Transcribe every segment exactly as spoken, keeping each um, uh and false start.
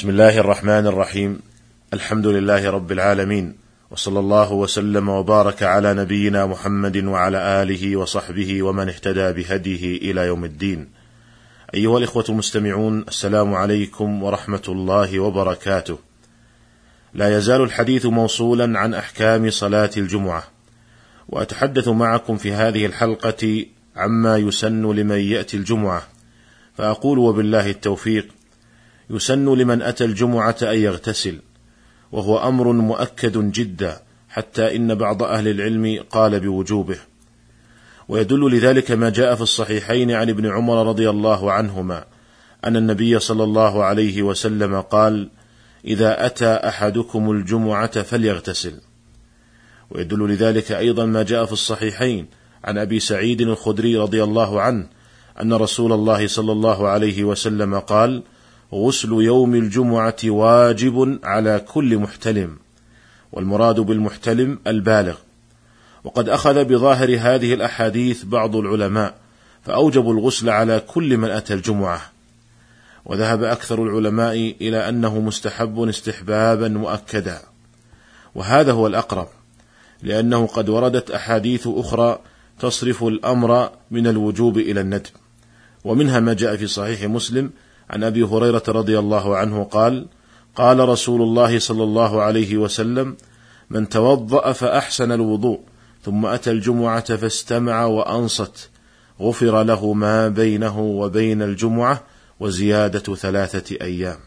بسم الله الرحمن الرحيم. الحمد لله رب العالمين، وصلى الله وسلم وبارك على نبينا محمد وعلى آله وصحبه ومن اهتدى بهديه إلى يوم الدين. أيها الإخوة المستمعون، السلام عليكم ورحمة الله وبركاته. لا يزال الحديث موصولا عن أحكام صلاة الجمعة، وأتحدث معكم في هذه الحلقة عما يسن لمن يأتي الجمعة، فأقول وبالله التوفيق: يسن لمن أتى الجمعة أن يغتسل، وهو أمر مؤكد جدا، حتى إن بعض أهل العلم قال بوجوبه، ويدل لذلك ما جاء في الصحيحين عن ابن عمر رضي الله عنهما أن النبي صلى الله عليه وسلم قال: إذا أتى أحدكم الجمعة فليغتسل. ويدل لذلك أيضا ما جاء في الصحيحين عن أبي سعيد الخدري رضي الله عنه أن رسول الله صلى الله عليه وسلم قال: غسل يوم الجمعة واجب على كل محتلم، والمراد بالمحتلم البالغ. وقد أخذ بظاهر هذه الأحاديث بعض العلماء فأوجبوا الغسل على كل من أتى الجمعة، وذهب أكثر العلماء إلى أنه مستحب استحبابا مؤكدا، وهذا هو الأقرب، لأنه قد وردت أحاديث أخرى تصرف الأمر من الوجوب إلى الندب، ومنها ما جاء في صحيح مسلم عن أبي هريرة رضي الله عنه قال: قال رسول الله صلى الله عليه وسلم: من توضأ فأحسن الوضوء ثم أتى الجمعة فاستمع وأنصت غفر له ما بينه وبين الجمعة وزيادة ثلاثة أيام.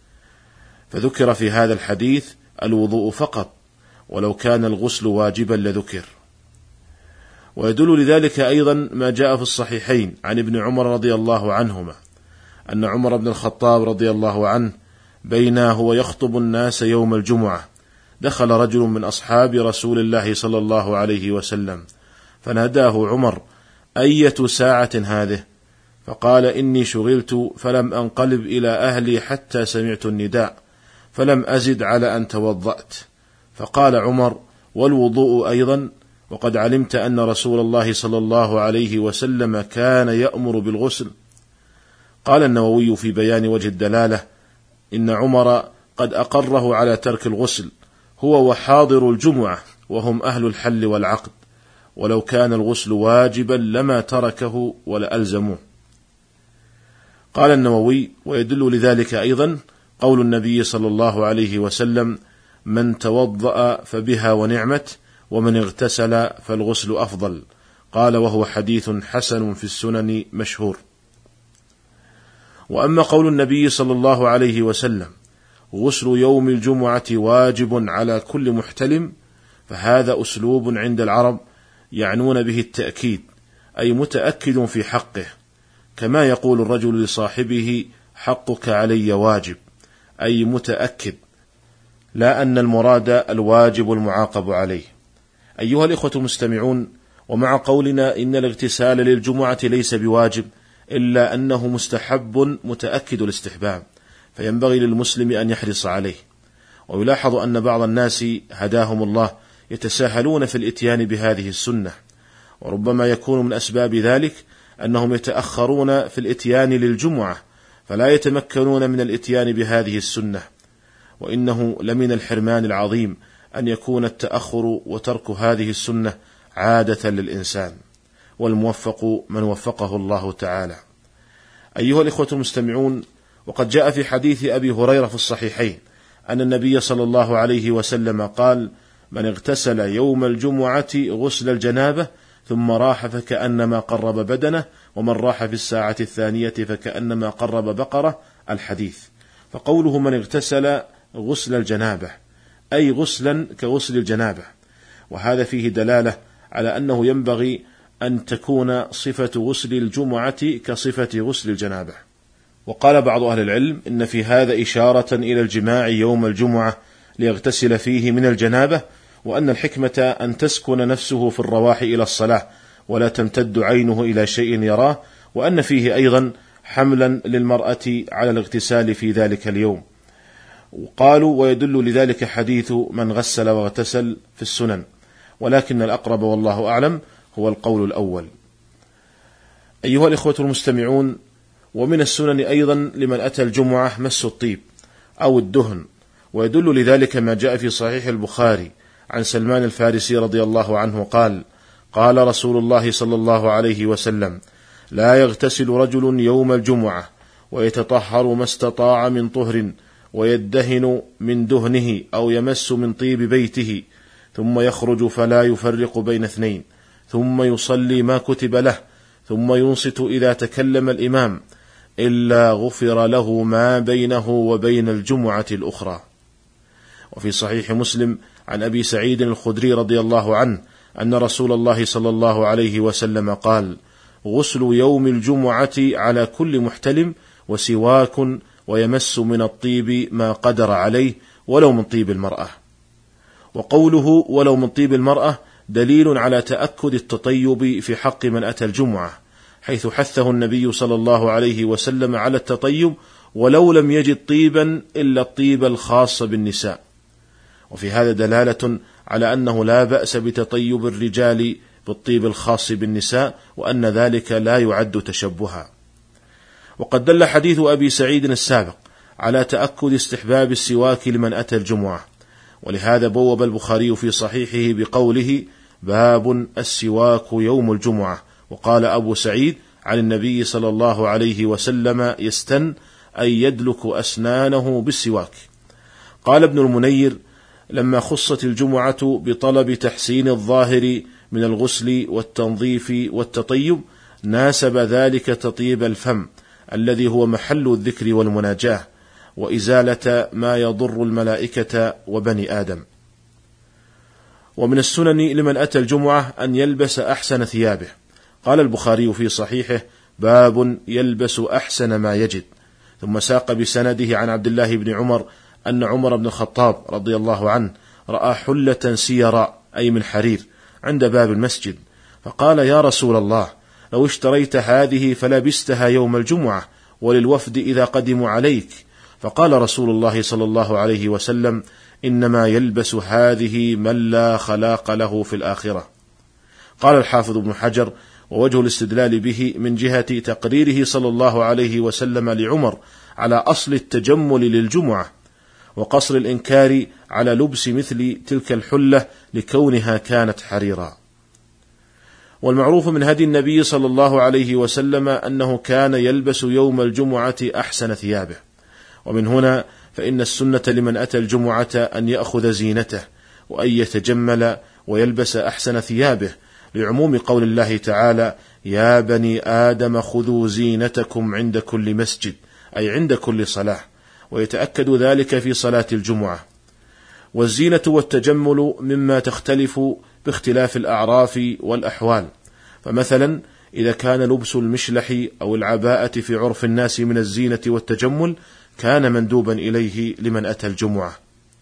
فذكر في هذا الحديث الوضوء فقط، ولو كان الغسل واجبا لذكر. ويدل لذلك أيضا ما جاء في الصحيحين عن ابن عمر رضي الله عنهما أن عمر بن الخطاب رضي الله عنه بينا هو يخطب الناس يوم الجمعة دخل رجل من أصحاب رسول الله صلى الله عليه وسلم فناداه عمر: أية ساعة هذه؟ فقال: إني شغلت فلم أنقلب إلى أهلي حتى سمعت النداء فلم أزد على أن توضأت. فقال عمر: والوضوء أيضا؟ وقد علمت أن رسول الله صلى الله عليه وسلم كان يأمر بالغسل. قال النووي في بيان وجه الدلالة: إن عمر قد أقره على ترك الغسل هو وحاضر الجمعة وهم أهل الحل والعقد، ولو كان الغسل واجبا لما تركه ولا ألزموه. قال النووي: ويدل لذلك أيضا قول النبي صلى الله عليه وسلم: من توضأ فبها ونعمت، ومن اغتسل فالغسل أفضل. قال: وهو حديث حسن في السنن مشهور. وأما قول النبي صلى الله عليه وسلم: غسل يوم الجمعة واجب على كل محتلم، فهذا أسلوب عند العرب يعنون به التأكيد، أي متأكد في حقه، كما يقول الرجل لصاحبه: حقك علي واجب، أي متأكد، لا أن المراد الواجب المعاقب عليه. أيها الإخوة المستمعون، ومع قولنا إن الاغتسال للجمعة ليس بواجب، إلا أنه مستحب متأكد الاستحباب، فينبغي للمسلم أن يحرص عليه. ويلاحظ أن بعض الناس هداهم الله يتساهلون في الإتيان بهذه السنة، وربما يكون من أسباب ذلك أنهم يتأخرون في الإتيان للجمعة فلا يتمكنون من الإتيان بهذه السنة، وإنه لمن الحرمان العظيم أن يكون التأخر وترك هذه السنة عادة للإنسان، والموفق من وفقه الله تعالى. أيها الإخوة المستمعون، وقد جاء في حديث أبي هريرة في الصحيحين أن النبي صلى الله عليه وسلم قال: من اغتسل يوم الجمعة غسل الجنابة ثم راح فكأنما قرب بدنه، ومن راح في الساعة الثانية فكأنما قرب بقرة. الحديث. فقوله من اغتسل غسل الجنابة أي غسلا كغسل الجنابة، وهذا فيه دلالة على أنه ينبغي أن تكون صفة غسل الجمعة كصفة غسل الجنابة. وقال بعض أهل العلم إن في هذا إشارة إلى الجماع يوم الجمعة ليغتسل فيه من الجنابة، وأن الحكمة أن تسكن نفسه في الرواح إلى الصلاة ولا تمتد عينه إلى شيء يراه، وأن فيه أيضا حملا للمرأة على الاغتسال في ذلك اليوم. وقالوا: ويدل لذلك حديث من غسل واغتسل في السنن، ولكن الأقرب والله أعلم هو القول الأول. أيها الإخوة المستمعون، ومن السنن أيضا لمن أتى الجمعة مس الطيب، أو الدهن. ويدل لذلك ما جاء في صحيح البخاري عن سلمان الفارسي رضي الله عنه قال: قال رسول الله صلى الله عليه وسلم: لا يغتسل رجل يوم الجمعة ويتطهر ما استطاع من طهر ويدهن من دهنه أو يمس من طيب بيته ثم يخرج فلا يفرق بين اثنين ثم يصلي ما كتب له ثم ينصت إذا تكلم الإمام إلا غفر له ما بينه وبين الجمعة الأخرى. وفي صحيح مسلم عن أبي سعيد الخدري رضي الله عنه أن رسول الله صلى الله عليه وسلم قال: غسل يوم الجمعة على كل محتلم وسواك ويمس من الطيب ما قدر عليه ولو من طيب المرأة. وقوله ولو من طيب المرأة دليل على تأكد التطيب في حق من أتى الجمعة، حيث حثه النبي صلى الله عليه وسلم على التطيب ولو لم يجد طيبا إلا الطيب الخاص بالنساء. وفي هذا دلالة على أنه لا بأس بتطيب الرجال بالطيب الخاص بالنساء، وأن ذلك لا يعد تشبها. وقد دل حديث أبي سعيد السابق على تأكد استحباب السواك لمن أتى الجمعة، ولهذا بوب البخاري في صحيحه بقوله: باب السواك يوم الجمعة. وقال أبو سعيد عن النبي صلى الله عليه وسلم: يستن أي يدلك أسنانه بالسواك. قال ابن المنير: لما خصت الجمعة بطلب تحسين الظاهر من الغسل والتنظيف والتطيب ناسب ذلك تطيب الفم الذي هو محل الذكر والمناجاة وإزالة ما يضر الملائكة وبني آدم. ومن السنن لمن أتى الجمعة أن يلبس أحسن ثيابه. قال البخاري في صحيحه: باب يلبس أحسن ما يجد. ثم ساق بسنده عن عبد الله بن عمر أن عمر بن الخطاب رضي الله عنه رأى حلة سيراء أي من حرير عند باب المسجد، فقال: يا رسول الله، لو اشتريت هذه فلبستها يوم الجمعة وللوفد إذا قدموا عليك. فقال رسول الله صلى الله عليه وسلم: إنما يلبس هذه من لا خلاق له في الآخرة. قال الحافظ ابن حجر: ووجه الاستدلال به من جهة تقريره صلى الله عليه وسلم لعمر على أصل التجمل للجمعة، وقصر الإنكار على لبس مثل تلك الحلة لكونها كانت حريرا. والمعروف من هدي النبي صلى الله عليه وسلم أنه كان يلبس يوم الجمعة أحسن ثيابه، ومن هنا فإن السنة لمن أتى الجمعة أن يأخذ زينته وأن يتجمل ويلبس أحسن ثيابه، لعموم قول الله تعالى: يا بني آدم خذوا زينتكم عند كل مسجد، أي عند كل صلاة، ويتأكد ذلك في صلاة الجمعة. والزينة والتجمل مما تختلف باختلاف الأعراف والأحوال، فمثلا إذا كان لبس المشلح أو العباءة في عرف الناس من الزينة والتجمل كان مندوبا إليه لمن أتى الجمعة.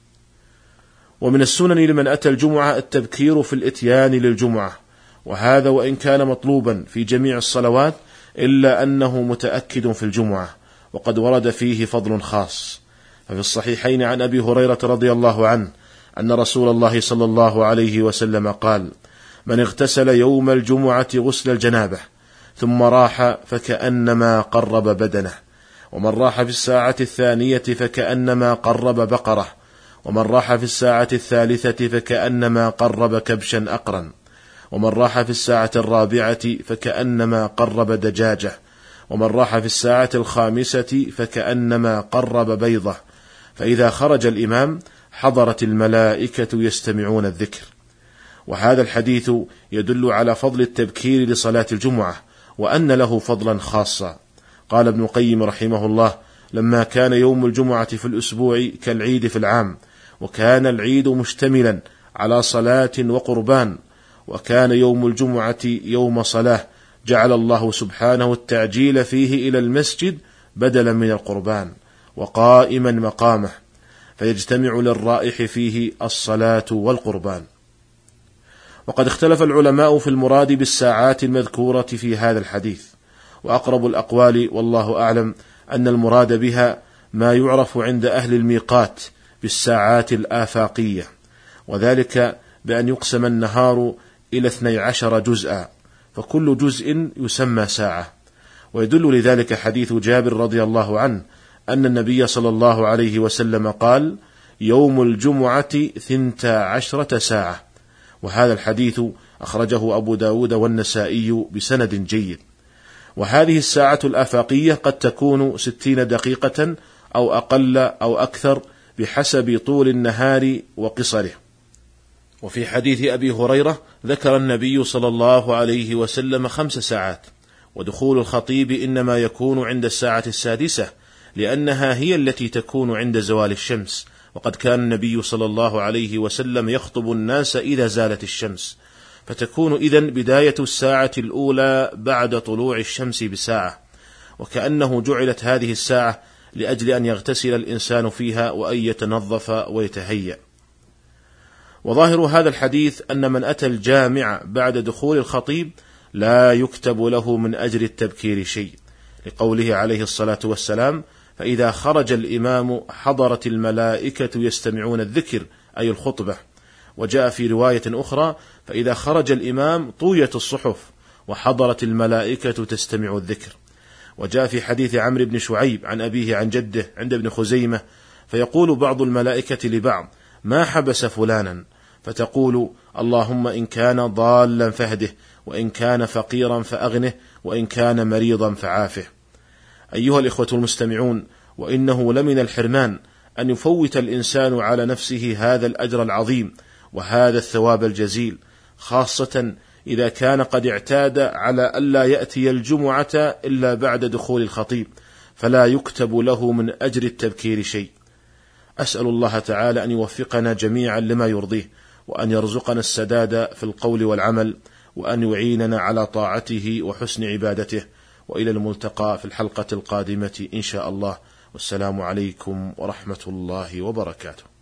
ومن السنن لمن أتى الجمعة التبكير في الإتيان للجمعة، وهذا وإن كان مطلوبا في جميع الصلوات إلا أنه متأكد في الجمعة، وقد ورد فيه فضل خاص. ففي الصحيحين عن أبي هريرة رضي الله عنه أن رسول الله صلى الله عليه وسلم قال: من اغتسل يوم الجمعة غسل الجنابة ثم راح فكأنما قرب بدنه، ومن راح في الساعة الثانية فكأنما قرب بقرة، ومن راح في الساعة الثالثة فكأنما قرب كبشا أقرا، ومن راح في الساعة الرابعة فكأنما قرب دجاجة، ومن راح في الساعة الخامسة فكأنما قرب بيضة، فإذا خرج الإمام حضرت الملائكة يستمعون الذكر. وهذا الحديث يدل على فضل التبكير لصلاة الجمعة، وأن له فضلا خاصا. قال ابن القيم رحمه الله: لما كان يوم الجمعة في الأسبوع كالعيد في العام، وكان العيد مشتملا على صلاة وقربان، وكان يوم الجمعة يوم صلاة، جعل الله سبحانه التعجيل فيه إلى المسجد بدلا من القربان وقائما مقامه، فيجتمع للرائح فيه الصلاة والقربان. وقد اختلف العلماء في المراد بالساعات المذكورة في هذا الحديث، وأقرب الأقوال والله أعلم أن المراد بها ما يعرف عند أهل الميقات بالساعات الآفاقية، وذلك بأن يقسم النهار إلى اثني عشر جزءا، فكل جزء يسمى ساعة. ويدل لذلك حديث جابر رضي الله عنه أن النبي صلى الله عليه وسلم قال: يوم الجمعة ثنتا عشرة ساعة. وهذا الحديث أخرجه أبو داود والنسائي بسند جيد. وهذه الساعة الآفاقية قد تكون ستين دقيقة أو أقل أو أكثر بحسب طول النهار وقصره. وفي حديث أبي هريرة ذكر النبي صلى الله عليه وسلم خمس ساعات. ودخول الخطيب إنما يكون عند الساعة السادسة، لأنها هي التي تكون عند زوال الشمس، وقد كان النبي صلى الله عليه وسلم يخطب الناس إذا زالت الشمس، فتكون إذن بداية الساعة الأولى بعد طلوع الشمس بساعة. وكأنه جعلت هذه الساعة لأجل أن يغتسل الإنسان فيها وأن يتنظف ويتهيأ. وظاهر هذا الحديث أن من أتى الجامع بعد دخول الخطيب لا يكتب له من أجر التبكير شيء، لقوله عليه الصلاة والسلام: فإذا خرج الإمام حضرت الملائكة يستمعون الذكر، أي الخطبة. وجاء في رواية أخرى: فإذا خرج الإمام طويت الصحف وحضرت الملائكة تستمع الذكر. وجاء في حديث عمرو بن شعيب عن أبيه عن جده عند ابن خزيمة: فيقول بعض الملائكة لبعض: ما حبس فلانا؟ فتقول: اللهم إن كان ضالا فاهده، وإن كان فقيرا فأغنه، وإن كان مريضا فعافه. أيها الإخوة المستمعون، وإنه لمن الحرمان أن يفوت الإنسان على نفسه هذا الأجر العظيم وهذا الثواب الجزيل، خاصة إذا كان قد اعتاد على ألا يأتي الجمعة إلا بعد دخول الخطيب، فلا يكتب له من أجر التبكير شيء. أسأل الله تعالى أن يوفقنا جميعا لما يرضيه، وأن يرزقنا السداد في القول والعمل، وأن يعيننا على طاعته وحسن عبادته. وإلى الملتقى في الحلقة القادمة إن شاء الله، والسلام عليكم ورحمة الله وبركاته.